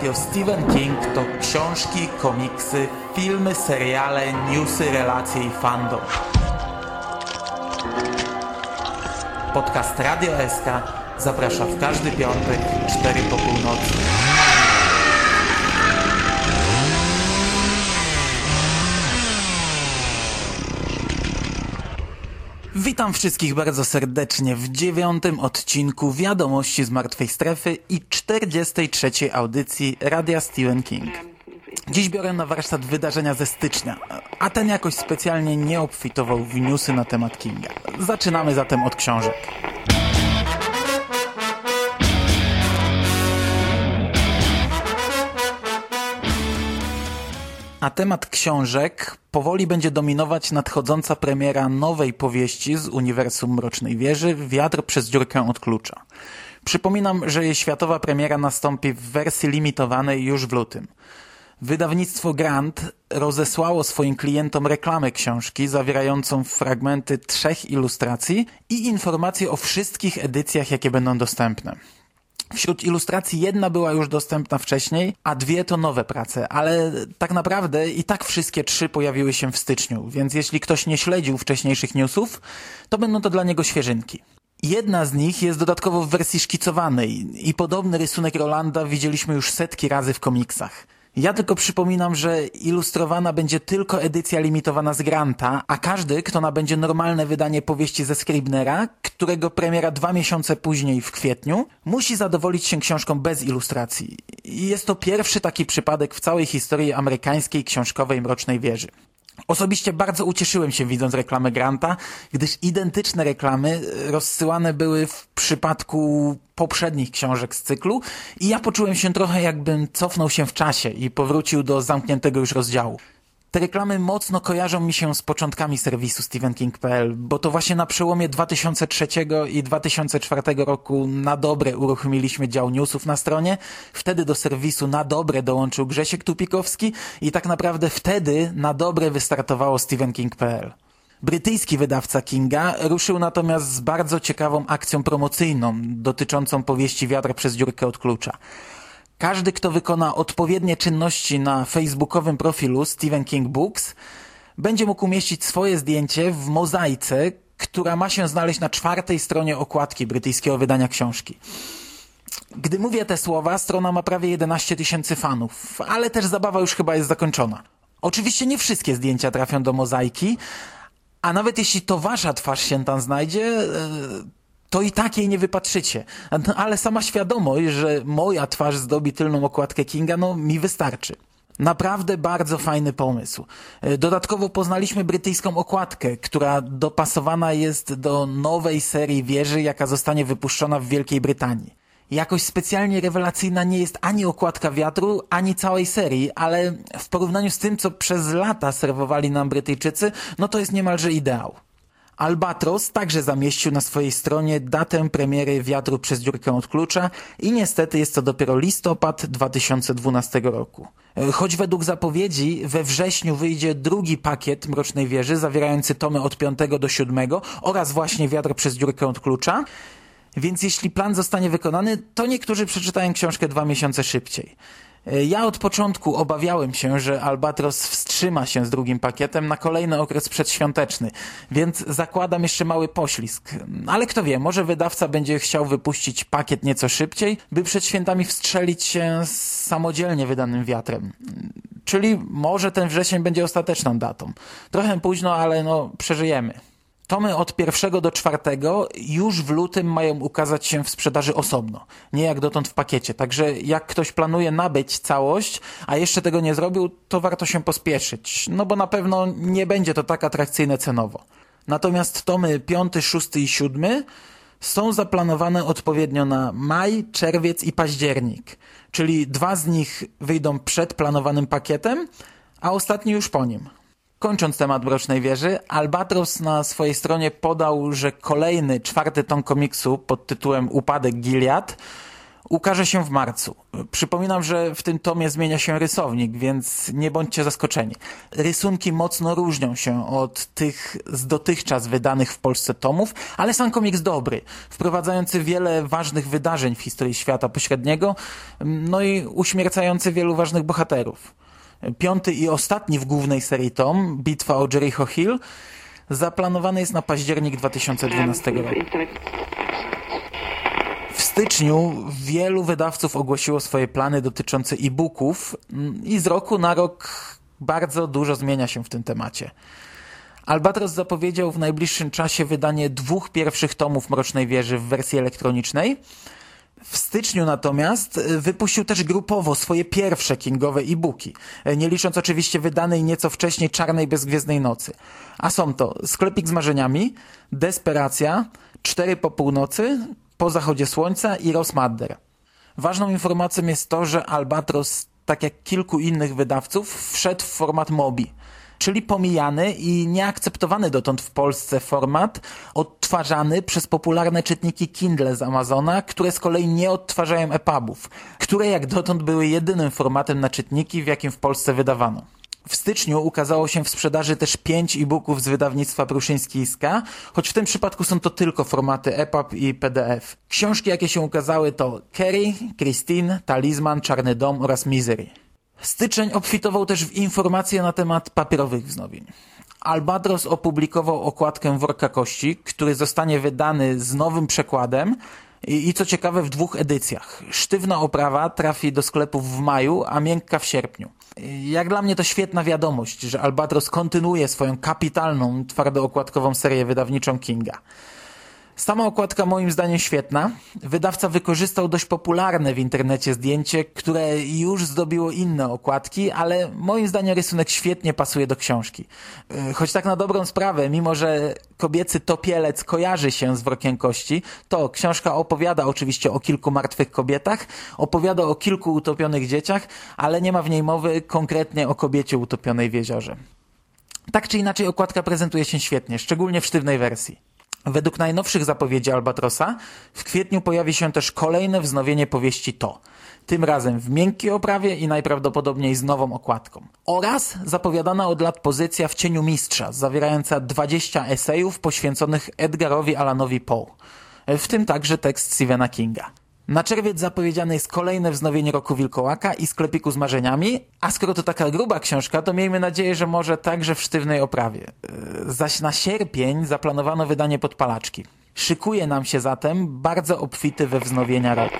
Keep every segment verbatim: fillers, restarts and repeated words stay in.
Radio Stephen King to książki, komiksy, filmy, seriale, newsy, relacje i fandom. Podcast Radio S K zaprasza w każdy piątek, cztery po północy. Witam wszystkich bardzo serdecznie w dziewiątym odcinku Wiadomości z Martwej Strefy i czterdziestej trzeciej audycji Radia Stephen King. Dziś biorę na warsztat wydarzenia ze stycznia, a ten jakoś specjalnie nie obfitował w newsy na temat Kinga. Zaczynamy zatem od książek. A temat książek powoli będzie dominować nadchodząca premiera nowej powieści z uniwersum Mrocznej Wieży, Wiatr przez dziurkę od klucza. Przypominam, że jej światowa premiera nastąpi w wersji limitowanej już w lutym. Wydawnictwo Grant rozesłało swoim klientom reklamę książki zawierającą fragmenty trzech ilustracji i informacje o wszystkich edycjach, jakie będą dostępne. Wśród ilustracji jedna była już dostępna wcześniej, a dwie to nowe prace, ale tak naprawdę i tak wszystkie trzy pojawiły się w styczniu, więc jeśli ktoś nie śledził wcześniejszych newsów, to będą to dla niego świeżynki. Jedna z nich jest dodatkowo w wersji szkicowanej i podobny rysunek Rolanda widzieliśmy już setki razy w komiksach. Ja tylko przypominam, że ilustrowana będzie tylko edycja limitowana z Granta, a każdy, kto nabędzie normalne wydanie powieści ze Scribnera, którego premiera dwa miesiące później w kwietniu, musi zadowolić się książką bez ilustracji. I jest to pierwszy taki przypadek w całej historii amerykańskiej książkowej Mrocznej Wieży. Osobiście bardzo ucieszyłem się, widząc reklamę Granta, gdyż identyczne reklamy rozsyłane były w przypadku poprzednich książek z cyklu i ja poczułem się trochę, jakbym cofnął się w czasie i powrócił do zamkniętego już rozdziału. Te reklamy mocno kojarzą mi się z początkami serwisu Stephen King kropka p l, bo to właśnie na przełomie dwa tysiące trzeciego i dwa tysiące czwartego roku na dobre uruchomiliśmy dział newsów na stronie. Wtedy do serwisu na dobre dołączył Grzesiek Tupikowski i tak naprawdę wtedy na dobre wystartowało Stephen King kropka p l. Brytyjski wydawca Kinga ruszył natomiast z bardzo ciekawą akcją promocyjną dotyczącą powieści Wiatr przez dziurkę od klucza. Każdy, kto wykona odpowiednie czynności na facebookowym profilu Stephen King Books, będzie mógł umieścić swoje zdjęcie w mozaice, która ma się znaleźć na czwartej stronie okładki brytyjskiego wydania książki. Gdy mówię te słowa, strona ma prawie jedenaście tysięcy fanów, ale też zabawa już chyba jest zakończona. Oczywiście nie wszystkie zdjęcia trafią do mozaiki, a nawet jeśli to wasza twarz się tam znajdzie, to i tak jej nie wypatrzycie. No, ale sama świadomość, że moja twarz zdobi tylną okładkę Kinga, no mi wystarczy. Naprawdę bardzo fajny pomysł. Dodatkowo poznaliśmy brytyjską okładkę, która dopasowana jest do nowej serii wieży, jaka zostanie wypuszczona w Wielkiej Brytanii. Jakoś specjalnie rewelacyjna nie jest ani okładka Wiatru, ani całej serii, ale w porównaniu z tym, co przez lata serwowali nam Brytyjczycy, no to jest niemalże ideał. Albatros także zamieścił na swojej stronie datę premiery Wiatru przez dziurkę od klucza i niestety jest to dopiero listopad dwa tysiące dwunastego roku. Choć według zapowiedzi we wrześniu wyjdzie drugi pakiet Mrocznej Wieży zawierający tomy od piątego do siódmego oraz właśnie Wiatr przez dziurkę od klucza, więc jeśli plan zostanie wykonany, to niektórzy przeczytają książkę dwa miesiące szybciej. Ja od początku obawiałem się, że Albatros wstrzyma się z drugim pakietem na kolejny okres przedświąteczny, więc zakładam jeszcze mały poślizg. Ale kto wie, może wydawca będzie chciał wypuścić pakiet nieco szybciej, by przed świętami wstrzelić się z samodzielnie wydanym Wiatrem. Czyli może ten wrzesień będzie ostateczną datą. Trochę późno, ale no przeżyjemy. Tomy od pierwszego do czwartego już w lutym mają ukazać się w sprzedaży osobno, nie jak dotąd w pakiecie. Także jak ktoś planuje nabyć całość, a jeszcze tego nie zrobił, to warto się pospieszyć, no bo na pewno nie będzie to tak atrakcyjne cenowo. Natomiast tomy piąty, szósty i siódmy są zaplanowane odpowiednio na maj, czerwiec i październik, czyli dwa z nich wyjdą przed planowanym pakietem, a ostatni już po nim. Kończąc temat Mrocznej Wieży, Albatros na swojej stronie podał, że kolejny, czwarty tom komiksu pod tytułem Upadek Gilead ukaże się w marcu. Przypominam, że w tym tomie zmienia się rysownik, więc nie bądźcie zaskoczeni. Rysunki mocno różnią się od tych z dotychczas wydanych w Polsce tomów, ale sam komiks dobry, wprowadzający wiele ważnych wydarzeń w historii świata pośredniego, no i uśmiercający wielu ważnych bohaterów. Piąty i ostatni w głównej serii tom, Bitwa o Jericho Hill, zaplanowany jest na październik dwa tysiące dwunastego roku. W styczniu wielu wydawców ogłosiło swoje plany dotyczące e-booków i z roku na rok bardzo dużo zmienia się w tym temacie. Albatros zapowiedział w najbliższym czasie wydanie dwóch pierwszych tomów Mrocznej Wieży w wersji elektronicznej. W styczniu natomiast wypuścił też grupowo swoje pierwsze kingowe e-booki, nie licząc oczywiście wydanej nieco wcześniej Czarnej Bezgwiezdnej Nocy. A są to Sklepik z marzeniami, Desperacja, Cztery po północy, Po zachodzie słońca i Rosmadder. Ważną informacją jest to, że Albatros, tak jak kilku innych wydawców, wszedł w format Mobi, czyli pomijany i nieakceptowany dotąd w Polsce format, odtwarzany przez popularne czytniki Kindle z Amazona, które z kolei nie odtwarzają e-pubów, które jak dotąd były jedynym formatem na czytniki, w jakim w Polsce wydawano. W styczniu ukazało się w sprzedaży też pięć e-booków z wydawnictwa Pruszyński-Iska, choć w tym przypadku są to tylko formaty e-pub i P D F. Książki, jakie się ukazały, to Carrie, Christine, Talizman, Czarny Dom oraz Misery. Styczeń obfitował też w informacje na temat papierowych wznowień. Albatros opublikował okładkę Worka Kości, który zostanie wydany z nowym przekładem i, i co ciekawe w dwóch edycjach. Sztywna oprawa trafi do sklepów w maju, a miękka w sierpniu. Jak dla mnie to świetna wiadomość, że Albatros kontynuuje swoją kapitalną, twardookładkową serię wydawniczą Kinga. Sama okładka moim zdaniem świetna. Wydawca wykorzystał dość popularne w internecie zdjęcie, które już zdobiło inne okładki, ale moim zdaniem rysunek świetnie pasuje do książki. Choć tak na dobrą sprawę, mimo że kobiecy topielec kojarzy się z Workiem Kości, to książka opowiada oczywiście o kilku martwych kobietach, opowiada o kilku utopionych dzieciach, ale nie ma w niej mowy konkretnie o kobiecie utopionej w jeziorze. Tak czy inaczej okładka prezentuje się świetnie, szczególnie w sztywnej wersji. Według najnowszych zapowiedzi Albatrosa w kwietniu pojawi się też kolejne wznowienie powieści To. Tym razem w miękkiej oprawie i najprawdopodobniej z nową okładką. Oraz zapowiadana od lat pozycja W cieniu mistrza, zawierająca dwadzieścia esejów poświęconych Edgarowi Allanowi Poe. W tym także tekst Stephena Kinga. Na czerwiec zapowiedziane jest kolejne wznowienie Roku Wilkołaka i Sklepiku z marzeniami, a skoro to taka gruba książka, to miejmy nadzieję, że może także w sztywnej oprawie. Zaś na sierpień zaplanowano wydanie Podpalaczki. Szykuje nam się zatem bardzo obfity we wznowienia rok.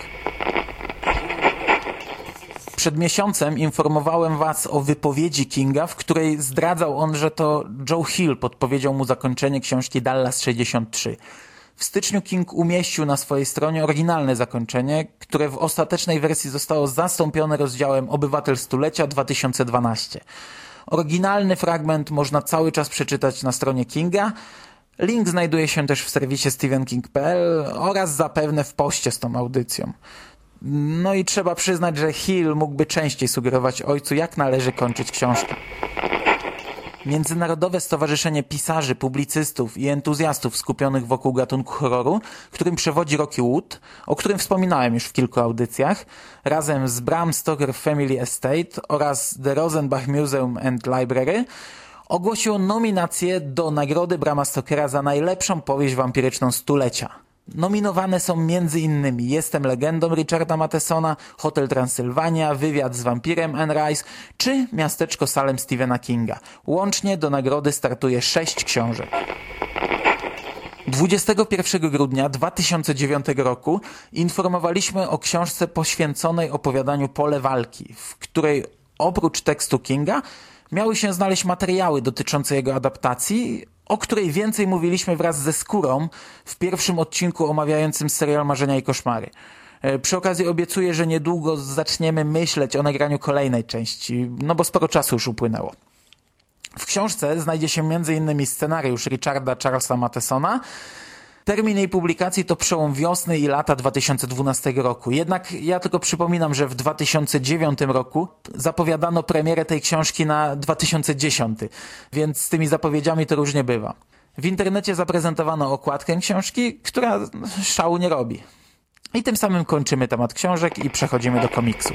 Przed miesiącem informowałem Was o wypowiedzi Kinga, w której zdradzał on, że to Joe Hill podpowiedział mu zakończenie książki Dallas sześćdziesiąt trzy. W styczniu King umieścił na swojej stronie oryginalne zakończenie, które w ostatecznej wersji zostało zastąpione rozdziałem Obywatel Stulecia dwa tysiące dwanaście. Oryginalny fragment można cały czas przeczytać na stronie Kinga. Link znajduje się też w serwisie steven king kropka p l oraz zapewne w poście z tą audycją. No i trzeba przyznać, że Hill mógłby częściej sugerować ojcu, jak należy kończyć książkę. Międzynarodowe Stowarzyszenie Pisarzy, Publicystów i Entuzjastów skupionych wokół gatunku horroru, którym przewodzi Rocky Wood, o którym wspominałem już w kilku audycjach, razem z Bram Stoker Family Estate oraz The Rosenbach Museum and Library, ogłosiło nominację do nagrody Brama Stokera za najlepszą powieść wampiryczną stulecia. Nominowane są między innymi Jestem legendą Richarda Mathesona, Hotel Transylwania, Wywiad z wampirem Anne Rice czy Miasteczko Salem Stephena Kinga. Łącznie do nagrody startuje sześć książek. dwudziestego pierwszego grudnia dwa tysiące dziewiątego roku informowaliśmy o książce poświęconej opowiadaniu Pole walki, w której oprócz tekstu Kinga miały się znaleźć materiały dotyczące jego adaptacji, o której więcej mówiliśmy wraz ze Skórą w pierwszym odcinku omawiającym serial Marzenia i koszmary. Przy okazji obiecuję, że niedługo zaczniemy myśleć o nagraniu kolejnej części, no bo sporo czasu już upłynęło. W książce znajdzie się między innymi scenariusz Richarda Charlesa Mathesona. Termin jej publikacji to przełom wiosny i lata dwa tysiące dwunastego roku. Jednak ja tylko przypominam, że w dwa tysiące dziewiątym roku zapowiadano premierę tej książki na dwa tysiące dziesiąty, więc z tymi zapowiedziami to różnie bywa. W internecie zaprezentowano okładkę książki, która szału nie robi. I tym samym kończymy temat książek i przechodzimy do komiksów.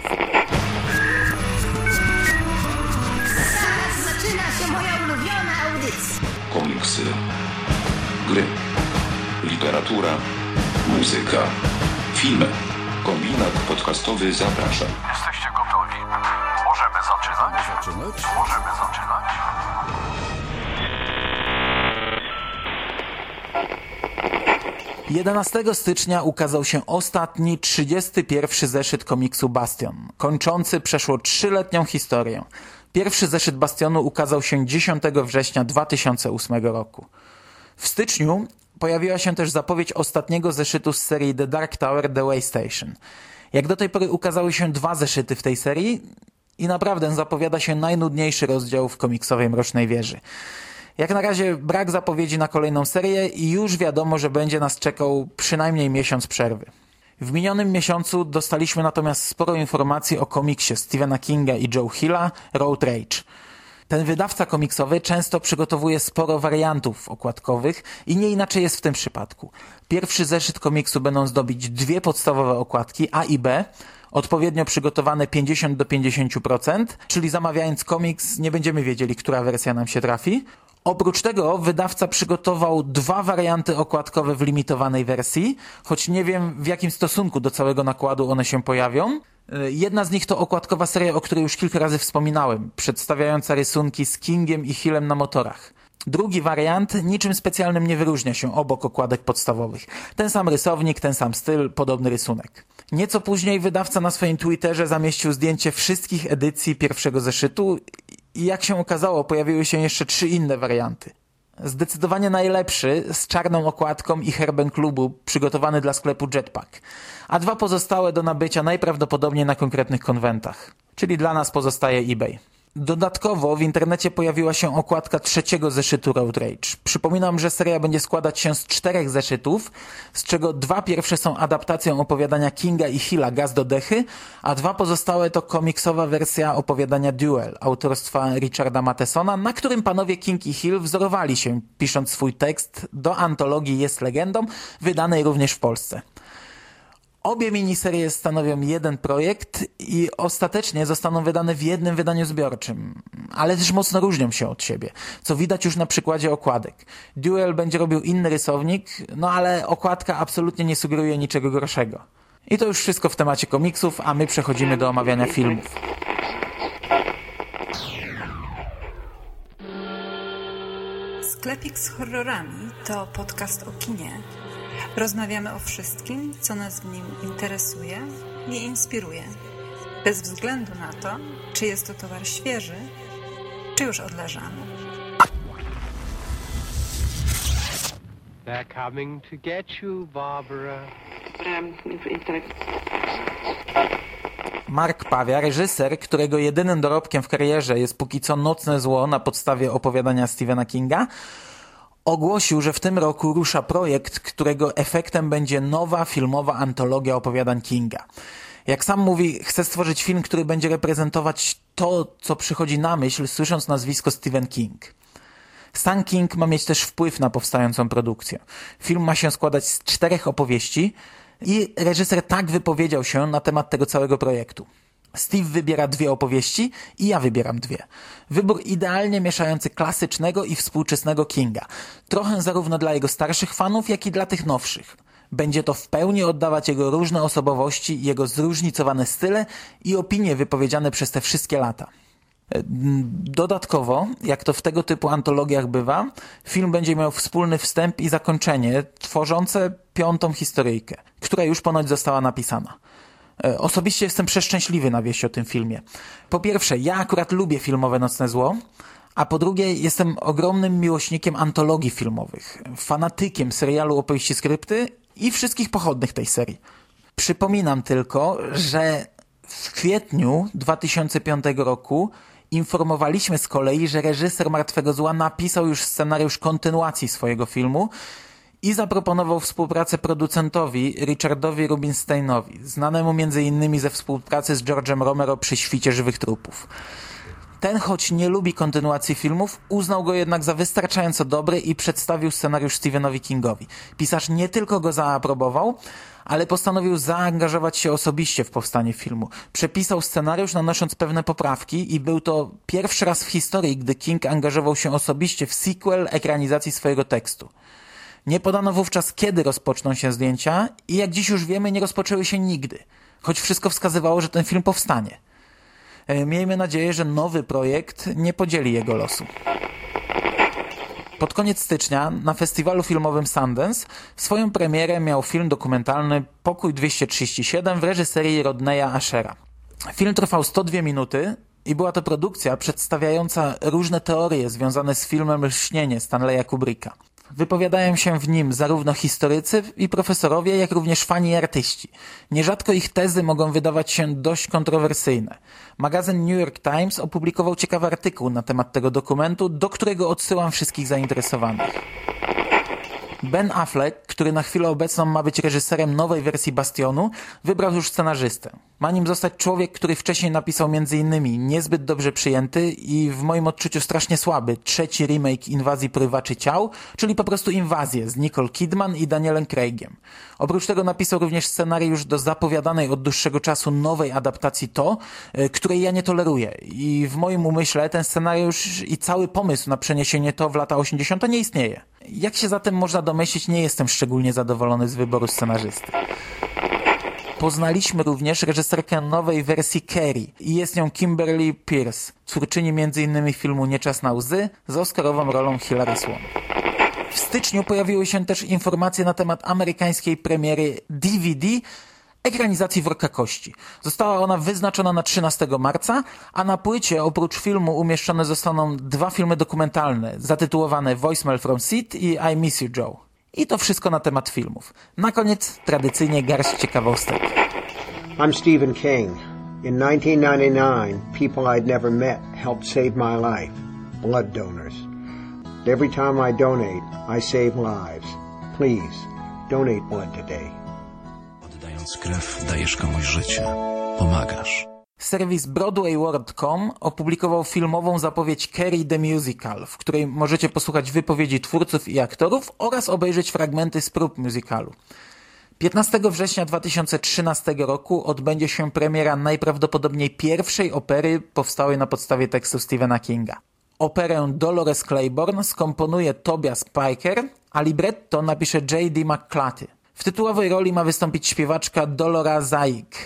Zaraz zaczyna się moja ulubiona audycja. Komiksy, gry, literatura, muzyka, filmy. Kombinat podcastowy zaprasza. Jesteście gotowi? Możemy zaczynać? zaczynać? Możemy zaczynać. jedenastego stycznia ukazał się ostatni, trzydziesty pierwszy zeszyt komiksu Bastion, kończący przeszło trzyletnią historię. Pierwszy zeszyt Bastionu ukazał się dziesiątego września dwa tysiące ósmego roku. W styczniu pojawiła się też zapowiedź ostatniego zeszytu z serii The Dark Tower The Way Station. Jak do tej pory ukazały się dwa zeszyty w tej serii i naprawdę zapowiada się najnudniejszy rozdział w komiksowej Mrocznej Wieży. Jak na razie brak zapowiedzi na kolejną serię i już wiadomo, że będzie nas czekał przynajmniej miesiąc przerwy. W minionym miesiącu dostaliśmy natomiast sporo informacji o komiksie Stephena Kinga i Joe Hilla Road Rage. Ten wydawca komiksowy często przygotowuje sporo wariantów okładkowych i nie inaczej jest w tym przypadku. Pierwszy zeszyt komiksu będą zdobić dwie podstawowe okładki A i B, odpowiednio przygotowane pięćdziesiąt do pięćdziesięciu procent, czyli zamawiając komiks nie będziemy wiedzieli, która wersja nam się trafi. Oprócz tego wydawca przygotował dwa warianty okładkowe w limitowanej wersji, choć nie wiem w jakim stosunku do całego nakładu one się pojawią. Jedna z nich to okładkowa seria, o której już kilka razy wspominałem, przedstawiająca rysunki z Kingiem i Hillem na motorach. Drugi wariant niczym specjalnym nie wyróżnia się obok okładek podstawowych. Ten sam rysownik, ten sam styl, podobny rysunek. Nieco później wydawca na swoim Twitterze zamieścił zdjęcie wszystkich edycji pierwszego zeszytu i jak się okazało, pojawiły się jeszcze trzy inne warianty. Zdecydowanie najlepszy, z czarną okładką i herbem klubu, przygotowany dla sklepu Jetpack, a dwa pozostałe do nabycia najprawdopodobniej na konkretnych konwentach, czyli dla nas pozostaje eBay. Dodatkowo w internecie pojawiła się okładka trzeciego zeszytu Road Rage. Przypominam, że seria będzie składać się z czterech zeszytów, z czego dwa pierwsze są adaptacją opowiadania Kinga i Hilla Gaz do dechy, a dwa pozostałe to komiksowa wersja opowiadania Duel autorstwa Richarda Mathesona, na którym panowie King i Hill wzorowali się, pisząc swój tekst do antologii Jest legendą, wydanej również w Polsce. Obie miniserie stanowią jeden projekt i ostatecznie zostaną wydane w jednym wydaniu zbiorczym, ale też mocno różnią się od siebie, co widać już na przykładzie okładek. Duel będzie robił inny rysownik, no ale okładka absolutnie nie sugeruje niczego gorszego. I to już wszystko w temacie komiksów, a my przechodzimy do omawiania filmów. Sklepik z horrorami to podcast o kinie. Rozmawiamy o wszystkim, co nas w nim interesuje i inspiruje. Bez względu na to, czy jest to towar świeży, czy już odleżany. They're coming to get you, Barbara. Mark Pawia, reżyser, którego jedynym dorobkiem w karierze jest póki co Nocne Zło na podstawie opowiadania Stephena Kinga, ogłosił, że w tym roku rusza projekt, którego efektem będzie nowa filmowa antologia opowiadań Kinga. Jak sam mówi, chce stworzyć film, który będzie reprezentować to, co przychodzi na myśl, słysząc nazwisko Stephen King. Sam King ma mieć też wpływ na powstającą produkcję. Film ma się składać z czterech opowieści i reżyser tak wypowiedział się na temat tego całego projektu. Steve wybiera dwie opowieści i ja wybieram dwie. Wybór idealnie mieszający klasycznego i współczesnego Kinga. Trochę zarówno dla jego starszych fanów, jak i dla tych nowszych. Będzie to w pełni oddawać jego różne osobowości, jego zróżnicowane style i opinie wypowiedziane przez te wszystkie lata. Dodatkowo, jak to w tego typu antologiach bywa, film będzie miał wspólny wstęp i zakończenie, tworzące piątą historyjkę, która już ponoć została napisana. Osobiście jestem przeszczęśliwy na wieść o tym filmie. Po pierwsze, ja akurat lubię filmowe Nocne Zło, a po drugie jestem ogromnym miłośnikiem antologii filmowych, fanatykiem serialu Opowieści Skrypty i wszystkich pochodnych tej serii. Przypominam tylko, że w kwietniu dwa tysiące piątego roku informowaliśmy z kolei, że reżyser Martwego Zła napisał już scenariusz kontynuacji swojego filmu i zaproponował współpracę producentowi Richardowi Rubinsteinowi, znanemu między innymi ze współpracy z George'em Romero przy Świcie żywych trupów. Ten, choć nie lubi kontynuacji filmów, uznał go jednak za wystarczająco dobry i przedstawił scenariusz Stephenowi Kingowi. Pisarz nie tylko go zaaprobował, ale postanowił zaangażować się osobiście w powstanie filmu. Przepisał scenariusz, nanosząc pewne poprawki i był to pierwszy raz w historii, gdy King angażował się osobiście w sequel ekranizacji swojego tekstu. Nie podano wówczas, kiedy rozpoczną się zdjęcia i jak dziś już wiemy, nie rozpoczęły się nigdy, choć wszystko wskazywało, że ten film powstanie. Miejmy nadzieję, że nowy projekt nie podzieli jego losu. Pod koniec stycznia na festiwalu filmowym Sundance swoją premierę miał film dokumentalny Pokój dwieście trzydzieści siedem w reżyserii Rodneya Ashera. Film trwał sto dwie minuty i była to produkcja przedstawiająca różne teorie związane z filmem Lśnienie Stanleya Kubricka. Wypowiadają się w nim zarówno historycy i profesorowie, jak również fani i artyści. Nierzadko ich tezy mogą wydawać się dość kontrowersyjne. Magazyn New York Times opublikował ciekawy artykuł na temat tego dokumentu, do którego odsyłam wszystkich zainteresowanych. Ben Affleck, który na chwilę obecną ma być reżyserem nowej wersji Bastionu, wybrał już scenarzystę. Ma nim zostać człowiek, który wcześniej napisał między innymi niezbyt dobrze przyjęty i w moim odczuciu strasznie słaby trzeci remake Inwazji Prywaczy Ciał, czyli po prostu Inwazję z Nicole Kidman i Danielem Craigiem. Oprócz tego napisał również scenariusz do zapowiadanej od dłuższego czasu nowej adaptacji To, której ja nie toleruję. I w moim umyśle ten scenariusz i cały pomysł na przeniesienie To w lata osiemdziesiąte nie istnieje. Jak się zatem można domyślić, nie jestem szczególnie zadowolony z wyboru scenarzysty. Poznaliśmy również reżyserkę nowej wersji Carrie i jest nią Kimberly Pierce, twórczyni między innymi filmu Nie czas na łzy z oscarową rolą Hilary Swank. W styczniu pojawiły się też informacje na temat amerykańskiej premiery D V D ekranizacji Worka Kości. Została ona wyznaczona na trzynastego marca, a na płycie oprócz filmu umieszczone zostaną dwa filmy dokumentalne zatytułowane Voicemail from Sid i I Miss You Joe. I to wszystko na temat filmów. Na koniec tradycyjnie garść ciekawostek. I'm Stephen King. In nineteen ninety-nine, people I'd never met helped save my life. Blood donors. Every time I donate, I save lives. Please, donate blood today. Oddając krew, dajesz komuś życie. Pomagasz. Serwis Broadway World kropka com opublikował filmową zapowiedź Carrie the Musical, w której możecie posłuchać wypowiedzi twórców i aktorów oraz obejrzeć fragmenty z prób musicalu. piętnastego września dwa tysiące trzynastego roku odbędzie się premiera najprawdopodobniej pierwszej opery powstałej na podstawie tekstu Stephena Kinga. Operę Dolores Claiborne skomponuje Tobias Piker, a libretto napisze J D McClatchy. W tytułowej roli ma wystąpić śpiewaczka Dolora Zaik.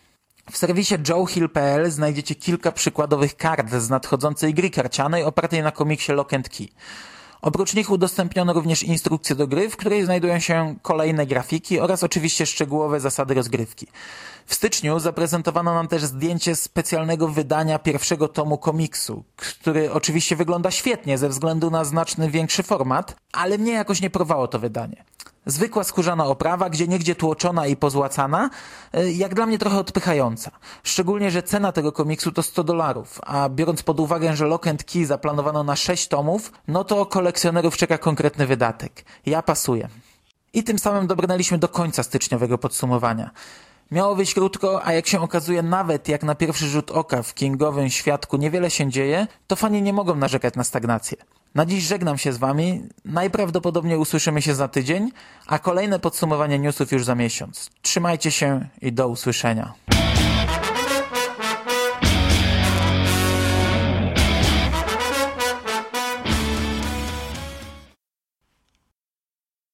W serwisie joe hill kropka p l znajdziecie kilka przykładowych kart z nadchodzącej gry karcianej opartej na komiksie Lock and Key. Oprócz nich udostępniono również instrukcję do gry, w której znajdują się kolejne grafiki oraz oczywiście szczegółowe zasady rozgrywki. W styczniu zaprezentowano nam też zdjęcie specjalnego wydania pierwszego tomu komiksu, który oczywiście wygląda świetnie ze względu na znacznie większy format, ale mnie jakoś nie porwało to wydanie. Zwykła skórzana oprawa, gdzieniegdzie tłoczona i pozłacana, jak dla mnie trochę odpychająca. Szczególnie, że cena tego komiksu to sto dolarów, a biorąc pod uwagę, że Lock and Key zaplanowano na sześć tomów, no to kolekcjonerów czeka konkretny wydatek. Ja pasuję. I tym samym dobrnęliśmy do końca styczniowego podsumowania. Miało wyjść krótko, a jak się okazuje, nawet jak na pierwszy rzut oka w kingowym świadku niewiele się dzieje, to fani nie mogą narzekać na stagnację. Na dziś żegnam się z wami, najprawdopodobniej usłyszymy się za tydzień, a kolejne podsumowanie newsów już za miesiąc. Trzymajcie się i do usłyszenia.